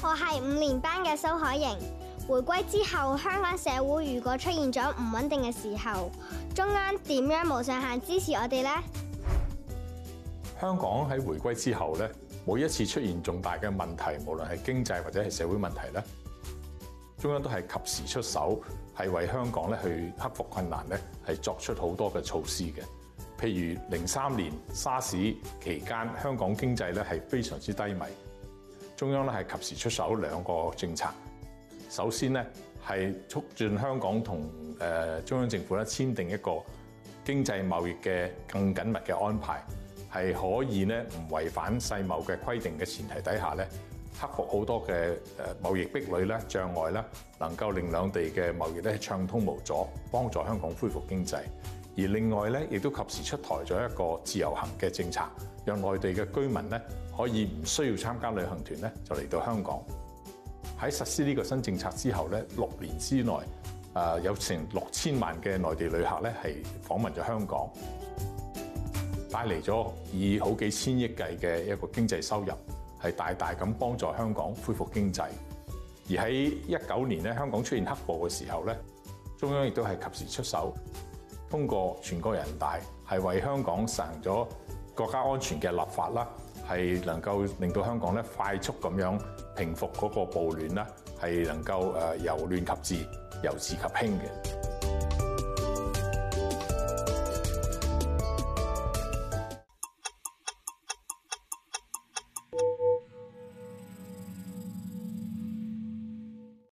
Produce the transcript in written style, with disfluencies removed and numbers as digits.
我係5年班嘅蘇海瑩。回歸之後，香港社會如果出現咗唔穩定嘅時候，中央點樣無上限支持我哋呢？ 香港喺回歸之後咧，每一次出現重大嘅問題，無論係經濟或者係社會問題咧，中央都係及時出手，係為香港咧去克服困難咧，係作出好多嘅措施嘅。譬如03年沙士期間，香港經濟咧係非常之低迷，中央咧係及時出手兩個政策。首先咧係促進香港同中央政府咧簽訂一個經濟貿易嘅更緊密嘅安排，係可以咧唔違反世貿嘅規定嘅前提底下咧，克服好多嘅貿易壁壘咧、障礙啦，能夠令兩地嘅貿易咧暢通無阻，幫助香港恢復經濟。而另外咧，亦都及時出台咗一個自由行嘅政策，讓內地嘅居民咧可以唔需要參加旅行團咧，就嚟到香港。喺實施呢個新政策之後咧，6年之內，有成6000萬嘅內地旅客咧係訪問咗香港，帶嚟咗以好幾千億計嘅一個經濟收入，係大大咁幫助香港恢復經濟。而喺19年咧，香港出現黑暴嘅時候咧，中央亦都係及時出手，通過全國人大係為香港實行咗國家安全嘅立法啦，係能夠令到香港咧快速咁樣平復嗰個暴亂啦，係能夠由亂及治，由治及興嘅。